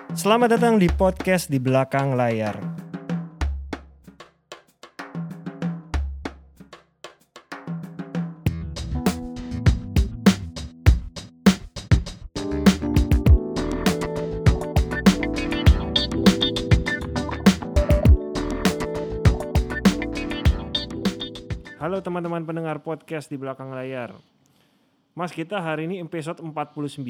Selamat datang di podcast Di Belakang Layar. Halo teman-teman pendengar podcast Di Belakang Layar. Mas, kita hari ini episode 49.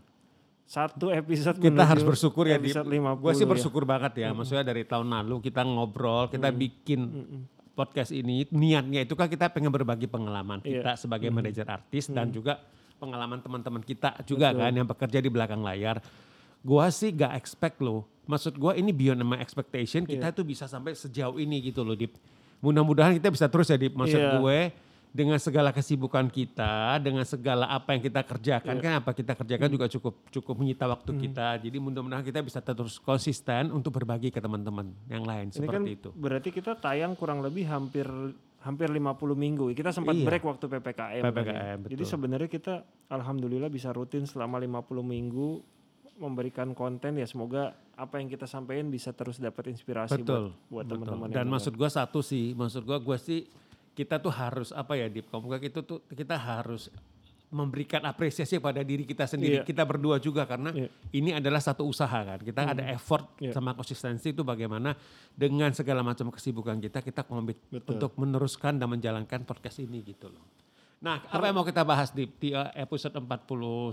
Satu episode kita harus bersyukur ya, episode 50. Gue sih bersyukur banget ya. Maksudnya dari tahun lalu kita ngobrol, kita bikin podcast ini, niatnya itu kan kita pengen berbagi pengalaman kita sebagai manajer artis dan juga pengalaman teman-teman kita juga kan yang bekerja di belakang layar. Gue sih gak expect loh, maksud gue ini beyond my expectation, kita tuh bisa sampai sejauh ini gitu loh Dip. Mudah-mudahan kita bisa terus ya Dip, maksud gue dengan segala kesibukan kita, dengan segala apa yang kita kerjakan, kan apa kita kerjakan juga cukup menyita waktu kita. Jadi mudah-mudahan kita bisa terus konsisten untuk berbagi ke teman-teman yang lain. Ini seperti kan itu. Berarti kita tayang kurang lebih hampir 50 minggu. Kita sempat break waktu PPKM. Betul. Jadi sebenarnya kita alhamdulillah bisa rutin selama 50 minggu memberikan konten ya, semoga apa yang kita sampaikan bisa terus dapat inspirasi buat teman-teman. Dan maksud gue satu sih, gue sih kita tuh harus apa ya Dip, kita harus memberikan apresiasi pada diri kita sendiri, kita berdua juga karena ini adalah satu usaha kan, kita ada effort sama konsistensi itu bagaimana dengan segala macam kesibukan kita komit untuk meneruskan dan menjalankan podcast ini gitu loh. Nah apa yang mau kita bahas di episode 49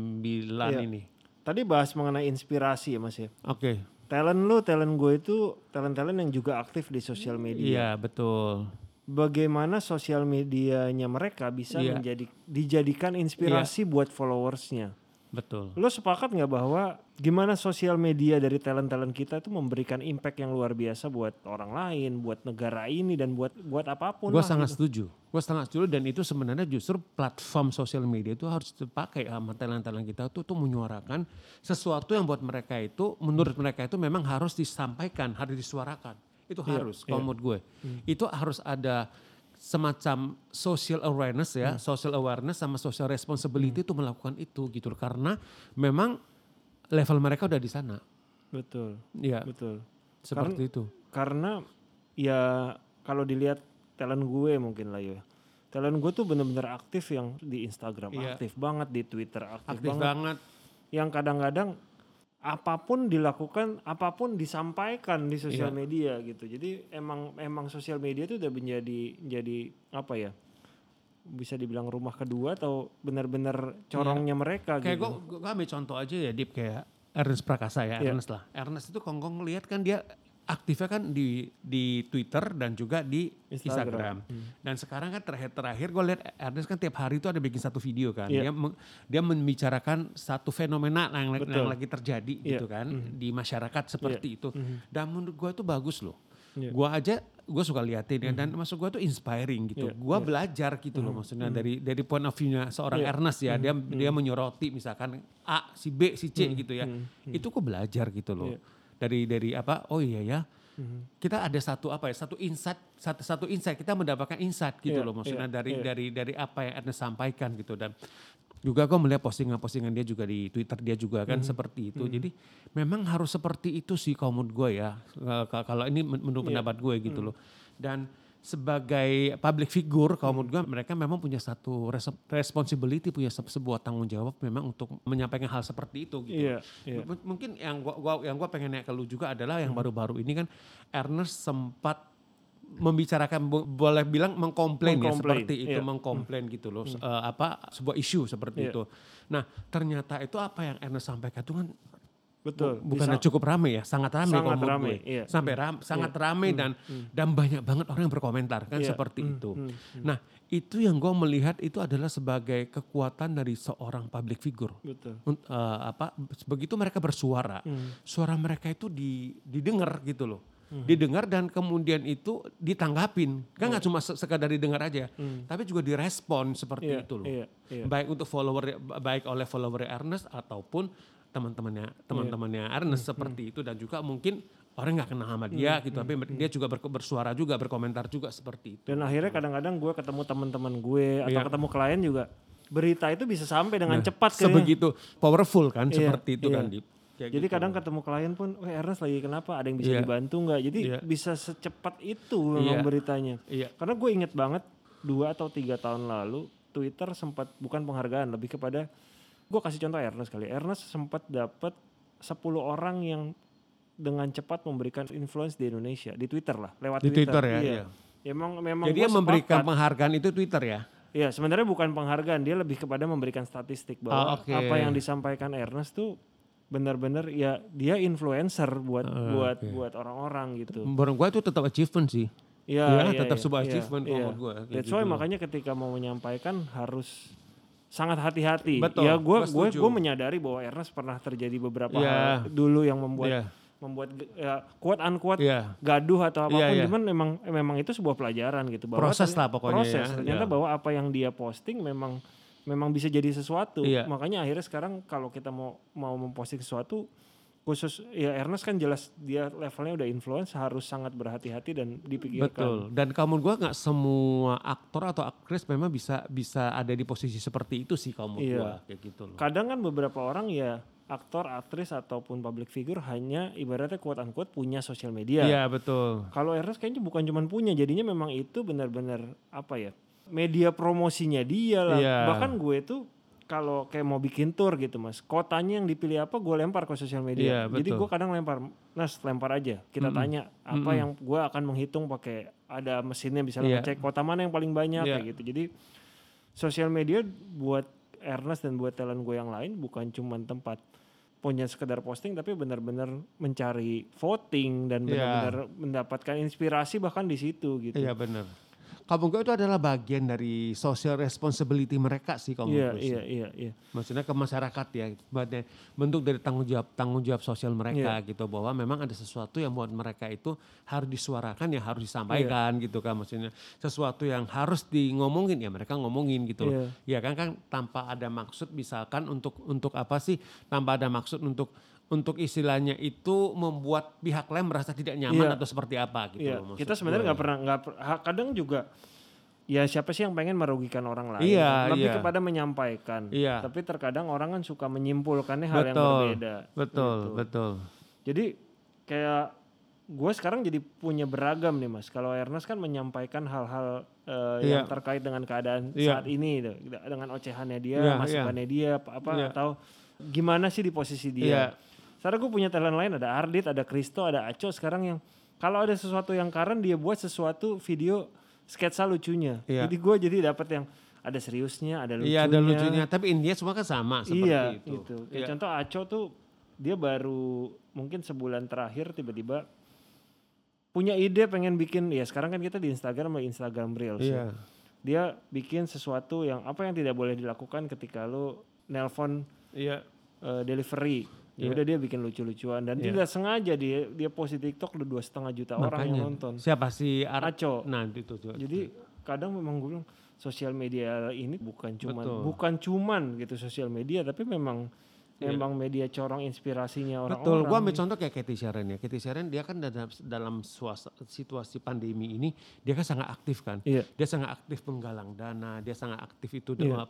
ini? Tadi bahas mengenai inspirasi ya Mas ya. Oke. Talent gue itu talent yang juga aktif di sosial media. Iya betul. Bagaimana sosial medianya mereka bisa dijadikan inspirasi buat followersnya. Betul. Lo sepakat gak bahwa gimana sosial media dari talent kita itu memberikan impact yang luar biasa buat orang lain, buat negara ini dan buat apapun. Gue sangat setuju dan itu sebenarnya justru platform sosial media itu harus dipakai sama talent kita tuh menyuarakan sesuatu yang buat mereka itu, menurut mereka itu memang harus disampaikan, harus disuarakan. Itu harus, kalau menurut gue. Itu harus ada semacam social awareness ya, social awareness sama social responsibility itu melakukan itu gitu loh. Karena memang level mereka udah di sana. Betul. Iya. Betul. Seperti itu. Karena ya kalau dilihat talent gue mungkin lah ya. Talent gue tuh benar-benar aktif yang di Instagram, aktif banget di Twitter, aktif banget. Yang kadang-kadang apapun dilakukan, apapun disampaikan di sosial media gitu. Jadi emang sosial media itu udah jadi apa ya? Bisa dibilang rumah kedua atau benar-benar corongnya mereka kayak gitu. Kayak gue ambil contoh aja ya Dip, kayak Ernest Prakasa ya, Ernest itu Konggong ngelihat kan dia aktifnya kan di Twitter dan juga di Instagram. Dan sekarang kan terakhir gue lihat Ernest kan tiap hari itu ada bikin satu video kan. Dia membicarakan satu fenomena yang lagi terjadi gitu kan di masyarakat seperti itu. Dan menurut gue itu bagus loh. Gue suka liatin dan maksud gue tuh inspiring gitu. Gue belajar gitu loh maksudnya dari point of view-nya seorang Ernest ya. Dia menyoroti misalkan A, si B, si C gitu ya. Itu gue belajar gitu loh. Dari apa? Oh iya ya. Kita ada satu insight kita mendapatkan insight gitu loh maksudnya dari apa yang Ernest sampaikan gitu. Dan juga gue melihat postingan dia juga di Twitter dia juga kan seperti itu. Jadi memang harus seperti itu sih kalau menurut gue ya. Kalau ini menurut pendapat gue gitu loh. Dan sebagai public figure kalau menurut gue mereka memang punya satu responsibility, punya sebuah tanggung jawab memang untuk menyampaikan hal seperti itu gitu. Mungkin yang gua pengen naik ke lu juga adalah yang baru-baru ini kan Ernest sempat membicarakan, boleh bilang mengkomplain ya seperti itu, mengkomplain gitu loh, sebuah isu seperti itu. Nah ternyata itu apa yang Ernest sampaikan itu kan bukannya cukup ramai ya, sangat ramai sangat ramai dan banyak banget orang yang berkomentar kan seperti itu. Nah itu yang gue melihat itu adalah sebagai kekuatan dari seorang public figure. Begitu mereka bersuara, suara mereka itu didengar gitu loh. Didengar dan kemudian itu ditanggapin, kan nggak cuma sekadar didengar aja, tapi juga direspon seperti itu loh. Baik untuk baik oleh follower Ernest ataupun teman-temannya Ernest seperti itu, dan juga mungkin orang nggak kenal sama dia gitu, tapi dia juga bersuara juga, berkomentar juga seperti itu. Dan akhirnya kadang-kadang gue ketemu teman-teman gue atau ketemu klien juga, berita itu bisa sampai dengan cepat. Sebegitu powerful kan seperti itu kan Dip. Jadi kadang ketemu klien pun, Ernest lagi kenapa? Ada yang bisa dibantu nggak? Jadi bisa secepat itu memang beritanya. Karena gue inget banget 2 atau 3 tahun lalu Twitter sempat, bukan penghargaan, lebih kepada, gue kasih contoh Ernest kali. Ernest sempat dapat 10 orang yang dengan cepat memberikan influence di Indonesia, di Twitter lah, lewat di Twitter. Iya. Memang jadi dia memberikan penghargaan itu Twitter ya? Iya, sebenarnya bukan penghargaan, dia lebih kepada memberikan statistik bahwa apa yang disampaikan Ernest tuh benar-benar ya dia influencer buat orang-orang gitu. Menurut gue itu tetap achievement sih. Iya, tetap sebuah achievement menurut gue. That's why makanya ketika mau menyampaikan harus sangat hati-hati. Betul, ya gue menyadari bahwa Ernest pernah terjadi beberapa hal dulu yang membuat ya quote unquote gaduh atau apapun, cuman memang itu sebuah pelajaran gitu, bahwa proses lah pokoknya. Ternyata bahwa apa yang dia posting memang bisa jadi sesuatu. Makanya akhirnya sekarang kalau kita mau memposting sesuatu, khusus ya Ernest kan jelas dia levelnya udah influence, harus sangat berhati-hati dan dipikirkan. Betul. Dan kamu gue nggak semua aktor atau aktris memang bisa ada di posisi seperti itu sih kamu gue kayak gitu loh. Kadang kan beberapa orang ya aktor, aktris ataupun public figure hanya ibaratnya quote unquote punya sosial media. Iya betul. Kalau Ernest kayaknya bukan cuma punya, jadinya memang itu benar-benar apa ya, media promosinya dia lah. Bahkan gue tuh kalau kayak mau bikin tour gitu mas, kotanya yang dipilih apa gue lempar ke sosial media. Jadi gue kadang lempar aja, kita tanya apa yang gue akan menghitung pakai ada mesinnya bisa ngecek kota mana yang paling banyak kayak gitu. Jadi sosial media buat Ernest dan buat talent gue yang lain bukan cuma tempat punya sekedar posting, tapi benar-benar mencari voting dan benar-benar mendapatkan inspirasi bahkan di situ gitu. Iya benar. Kamu gue itu adalah bagian dari social responsibility mereka sih kamu. Iya. Maksudnya ke masyarakat ya, bentuk dari tanggung jawab sosial mereka gitu, bahwa memang ada sesuatu yang buat mereka itu harus disuarakan, ya harus disampaikan gitu kan, maksudnya sesuatu yang harus ngomongin ya mereka ngomongin gitu loh. Ya kan tanpa ada maksud, misalkan untuk apa sih, tanpa ada maksud untuk istilahnya itu membuat pihak lain merasa tidak nyaman atau seperti apa gitu loh. Kita sebenarnya kadang juga ya siapa sih yang pengen merugikan orang lain, lebih kepada menyampaikan. Tapi terkadang orang kan suka menyimpulkannya hal yang berbeda. Betul. Jadi kayak gue sekarang jadi punya beragam nih mas. Kalau Ernest kan menyampaikan hal-hal yang terkait dengan keadaan saat ini, dengan ocehannya dia, masukannya dia, atau gimana sih di posisi dia. Sekarang gue punya talent lain, ada Ardit, ada Kristo, ada Aco sekarang yang kalau ada sesuatu yang keren dia buat sesuatu video sketsa lucunya. Jadi gue dapat yang ada seriusnya, ada lucunya. Iya ada lucunya, tapi intinya semua kan sama seperti itu. Gitu. Kayak contoh Aco tuh dia baru mungkin sebulan terakhir tiba-tiba punya ide pengen bikin, ya sekarang kan kita di Instagram Reels. Dia bikin sesuatu yang apa yang tidak boleh dilakukan ketika lo nelpon delivery. Ya udah dia bikin lucu-lucuan dan tidak sengaja dia post di TikTok udah 2,5 juta orang yang nonton. Siapa sih Aco? Nah itu. Jadi kadang memang gue bilang sosial media ini bukan cuman gitu sosial media, tapi memang media corong inspirasinya orang-orang. Betul, gue ambil contoh kayak Cathy Sharon ya. Cathy Sharon dia kan dalam situasi pandemi ini dia kan sangat aktif kan. Dia sangat aktif menggalang dana, dia sangat aktif itu dalam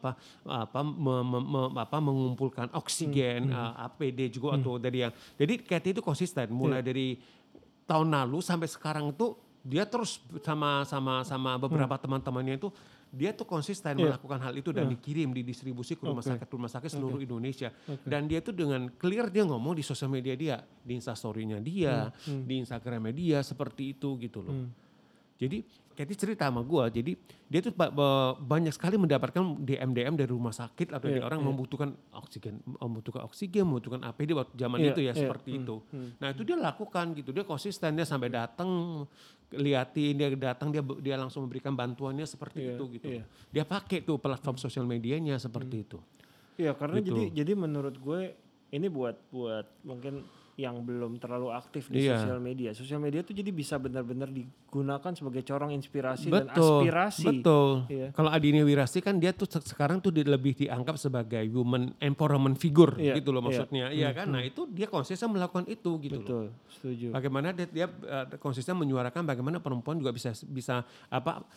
mengumpulkan oksigen, APD juga atau dari yang. Jadi Cathy itu konsisten mulai dari tahun lalu sampai sekarang itu dia terus sama beberapa teman-temannya itu dia tuh konsisten melakukan hal itu dan dikirim, didistribusi ke rumah sakit seluruh Indonesia. Dan dia tuh dengan clear dia ngomong di sosial media dia, di Instastory-nya dia, di Instagram-nya dia seperti itu gitu loh. Jadi Cathy cerita sama gue, jadi dia tuh banyak sekali mendapatkan DM dari rumah sakit atau dari orang membutuhkan oksigen, membutuhkan APD waktu zaman itu ya seperti itu. Nah itu dia lakukan gitu, dia konsisten, dia sampai datang liatin, dia datang dia langsung memberikan bantuannya seperti itu gitu. Dia pakai tuh platform sosial medianya seperti itu. Iya karena gitu. jadi menurut gue ini buat mungkin yang belum terlalu aktif di sosial media. Sosial media tuh jadi bisa benar-benar digunakan sebagai corong inspirasi dan aspirasi. Betul. Kalau Adini Wirasti kan dia tuh sekarang tuh lebih dianggap sebagai woman empowerment figure gitu loh maksudnya. Iya kan? Nah itu dia konsisten melakukan itu gitu loh. Setuju. Bagaimana dia konsisten menyuarakan bagaimana perempuan juga bisa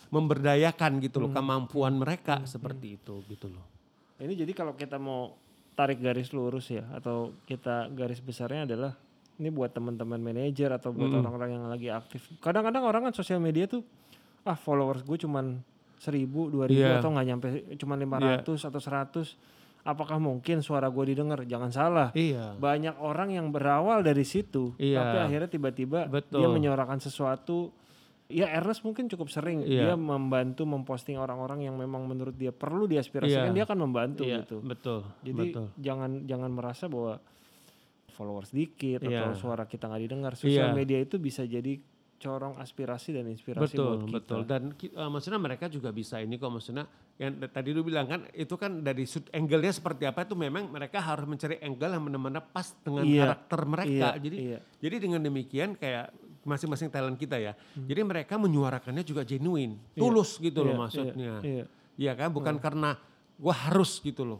memberdayakan gitu loh kemampuan mereka seperti itu gitu loh. Ini jadi kalau kita mau tarik garis lurus ya, atau kita garis besarnya adalah ini buat teman-teman manajer atau buat orang-orang yang lagi aktif. Kadang-kadang orang kan sosial media tuh followers gue cuman 1.000, 2.000 atau nggak nyampe cuman 500 atau 100. Apakah mungkin suara gue didengar? Jangan salah. Banyak orang yang berawal dari situ, tapi akhirnya tiba-tiba dia menyuarakan sesuatu. Ya Ernest mungkin cukup sering dia membantu memposting orang-orang yang memang menurut dia perlu diaspirasikan, dia akan membantu gitu. Jadi jangan merasa bahwa followers dikit atau suara kita nggak didengar. Sosial media itu bisa jadi corong aspirasi dan inspirasi buat kita. Betul. Dan maksudnya mereka juga bisa ini kok, maksudnya yang tadi lu bilang kan itu kan dari angle-nya seperti apa itu memang mereka harus mencari angle yang benar-benar pas dengan karakter mereka. Jadi dengan demikian kayak masing-masing talent kita ya. Jadi mereka menyuarakannya juga genuine, tulus gitu loh maksudnya. Iya kan, bukan karena gua harus gitu loh.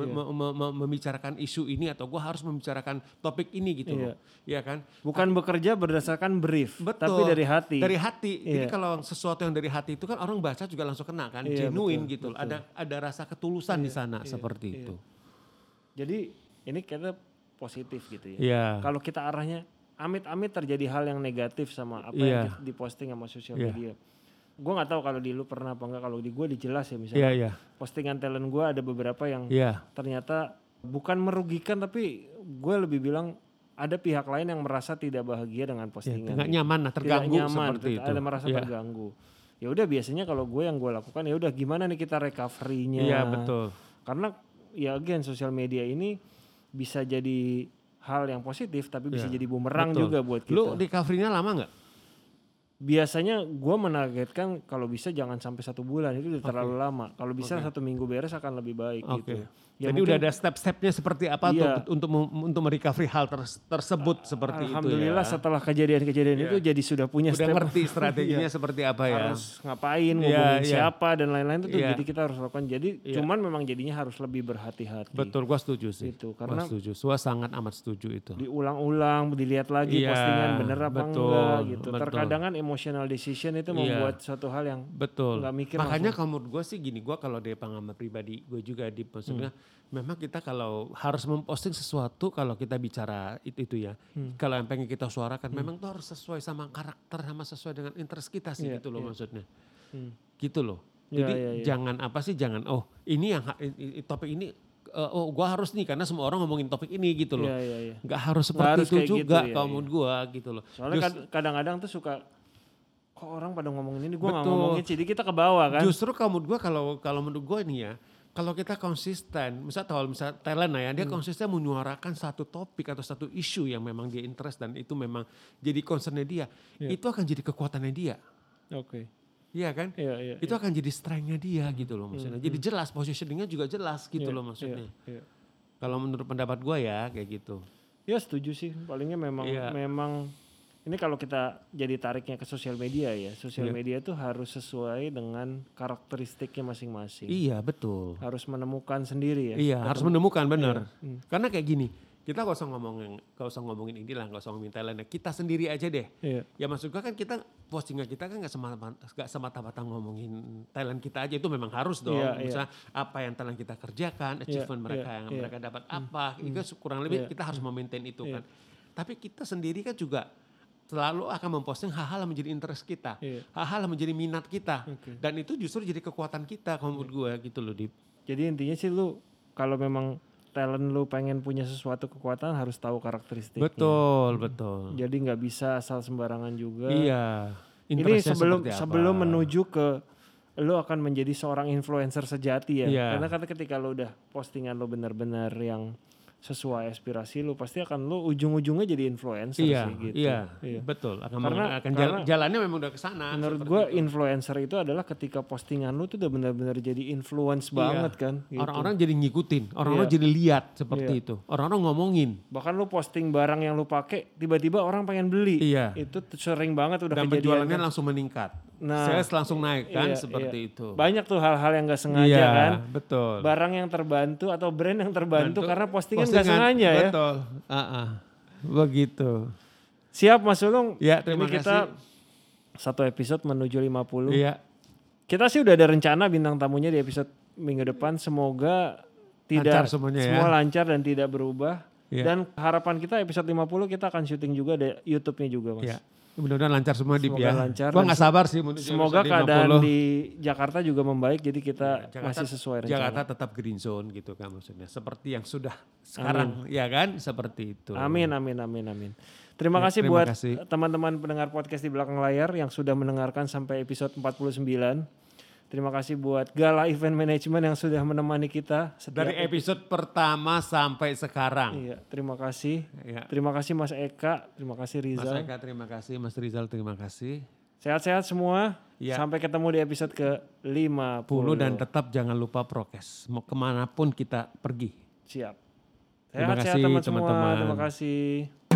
Membicarakan isu ini atau gue harus membicarakan topik ini gitu loh. Iya kan? Bukan bekerja berdasarkan brief, tapi dari hati. Dari hati. Jadi kalau sesuatu yang dari hati itu kan orang baca juga langsung kena kan, genuine gitu. Ada rasa ketulusan di sana seperti itu. Jadi ini kita positif gitu ya. Kalau kita arahnya amit-amit terjadi hal yang negatif sama apa yang diposting sama sosial media. Gue gak tahu kalau di lu pernah apa enggak, kalau di gue dijelas ya misalnya postingan talent gue ada beberapa yang ternyata bukan merugikan, tapi gue lebih bilang ada pihak lain yang merasa tidak bahagia dengan postingan. Gak nyaman lah, terganggu seperti itu. Ada merasa terganggu. Ya udah biasanya kalau gue yang gue lakukan ya udah gimana nih kita recovery-nya. Iya betul. Karena ya again sosial media ini bisa jadi hal yang positif tapi bisa jadi bumerang juga buat kita. Lu recovery-nya lama gak? Biasanya gue menargetkan kalau bisa jangan sampai 1 bulan, itu udah terlalu lama. Kalau bisa 1 minggu beres akan lebih baik gitu. Ya jadi udah ada step-stepnya seperti apa untuk merecovery hal tersebut seperti itu ya. Alhamdulillah setelah kejadian-kejadian itu jadi sudah punya step. Udah ngerti strateginya seperti apa ya. Harus ngapain, ngomongin siapa dan lain-lain itu jadi kita harus lakukan. Jadi cuman memang jadinya harus lebih berhati-hati. Betul, gue setuju sih. Itu karena gue sangat amat setuju itu. Diulang-ulang, dilihat lagi postingan bener apa enggak gitu. Terkadang kan emotional decision itu membuat suatu hal yang nggak mikir. Makanya kalau menurut gue sih gini, gue kalau dari pengalaman pribadi gue juga maksudnya memang kita kalau harus memposting sesuatu, kalau kita bicara itu ya, kalau yang pengen kita suarakan memang tuh harus sesuai sama karakter, sama sesuai dengan interest kita sih gitu loh maksudnya. Gitu loh. Jadi jangan jangan ini yang topik ini gue harus nih karena semua orang ngomongin topik ini gitu loh. Nggak harus seperti itu juga kalau menurut gue gitu loh. Soalnya kadang-kadang tuh suka kok orang pada ngomongin ini, gue gak ngomongin, jadi kita ke bawah kan. Justru kalau menurut gue kalau menurut gue nih ya, kalau kita konsisten, misalnya talent ya, dia konsisten menyuarakan satu topik atau satu isu yang memang dia interest dan itu memang jadi concernnya dia, itu akan jadi kekuatannya dia. Iya kan? Itu akan jadi strength-nya dia gitu loh maksudnya. Jadi jelas, positioningnya juga jelas gitu loh maksudnya. Kalau menurut pendapat gue ya kayak gitu. Ya setuju sih, palingnya memang ini kalau kita jadi tariknya ke sosial media ya, sosial media itu harus sesuai dengan karakteristiknya masing-masing. Iya betul. Harus menemukan sendiri ya. Iya harus menemukan benar. Karena kayak gini, kita gak usah ngomongin inilah, gak usah ngomongin talent, kita sendiri aja deh. Ya maksud gue kan kita postingan kita kan gak semata-mata ngomongin talent kita aja, itu memang harus dong. Misalnya apa yang talent kita kerjakan, achievement mereka yang mereka dapat apa, itu kurang lebih kita harus memaintain itu kan. Tapi kita sendiri kan juga selalu akan memposting hal-hal yang menjadi interest kita, hal-hal yang menjadi minat kita, dan itu justru jadi kekuatan kita kalau menurut gue gitu loh Dip. Jadi intinya sih lu kalau memang talent lu pengen punya sesuatu kekuatan harus tahu karakteristiknya. Betul. Jadi nggak bisa asal sembarangan juga. Iya. Ini sebelum menuju ke lu akan menjadi seorang influencer sejati ya. Karena ketika lu udah postingan lu benar-benar yang sesuai aspirasi lu, pasti akan lu ujung-ujungnya jadi influencer sih gitu. Iya, betul. Karena jalannya memang udah kesana. Menurut gue influencer itu adalah ketika postingan lu tuh udah benar-benar jadi influence banget kan. Gitu. Orang-orang jadi ngikutin, orang-orang jadi lihat seperti itu. Orang-orang ngomongin. Bahkan lu posting barang yang lu pakai, tiba-tiba orang pengen beli. Itu sering banget udah dan kejadian. Dan penjualannya langsung meningkat. Sales langsung naik kan seperti itu. Banyak tuh hal-hal yang gak sengaja kan. Betul. Barang yang terbantu atau brand yang terbantu karena postingan gak sengaja ya. Betul. Begitu. Siap Mas Ulung. Ya, terima kasih. Kita satu episode menuju 50. Iya. Kita sih udah ada rencana bintang tamunya di episode minggu depan. Semoga tidak lancar semuanya semua ya. lancar dan tidak berubah. Dan harapan kita episode 50 kita akan syuting juga di YouTube-nya juga Mas. Ya. Mudah-mudahan lancar semua Dip ya. Lancar. Gua gak sabar sih menuju semoga keadaan di Jakarta juga membaik jadi kita masih sesuai rencana. Jakarta tetap green zone gitu kan maksudnya. Seperti yang sudah sekarang ya kan seperti itu. Amin. Terima kasih buat teman-teman pendengar podcast di belakang layar yang sudah mendengarkan sampai episode 49. Terima kasih buat Gala Event Management yang sudah menemani kita dari episode pertama sampai sekarang. Iya, terima kasih. Ya. Terima kasih Mas Eka, terima kasih Rizal. Mas Eka terima kasih, Mas Rizal terima kasih. Sehat-sehat semua. Ya. Sampai ketemu di episode ke-50. Dan tetap jangan lupa prokes. Mau kemanapun kita pergi. Siap. Sehat-sehat teman-teman. Terima kasih.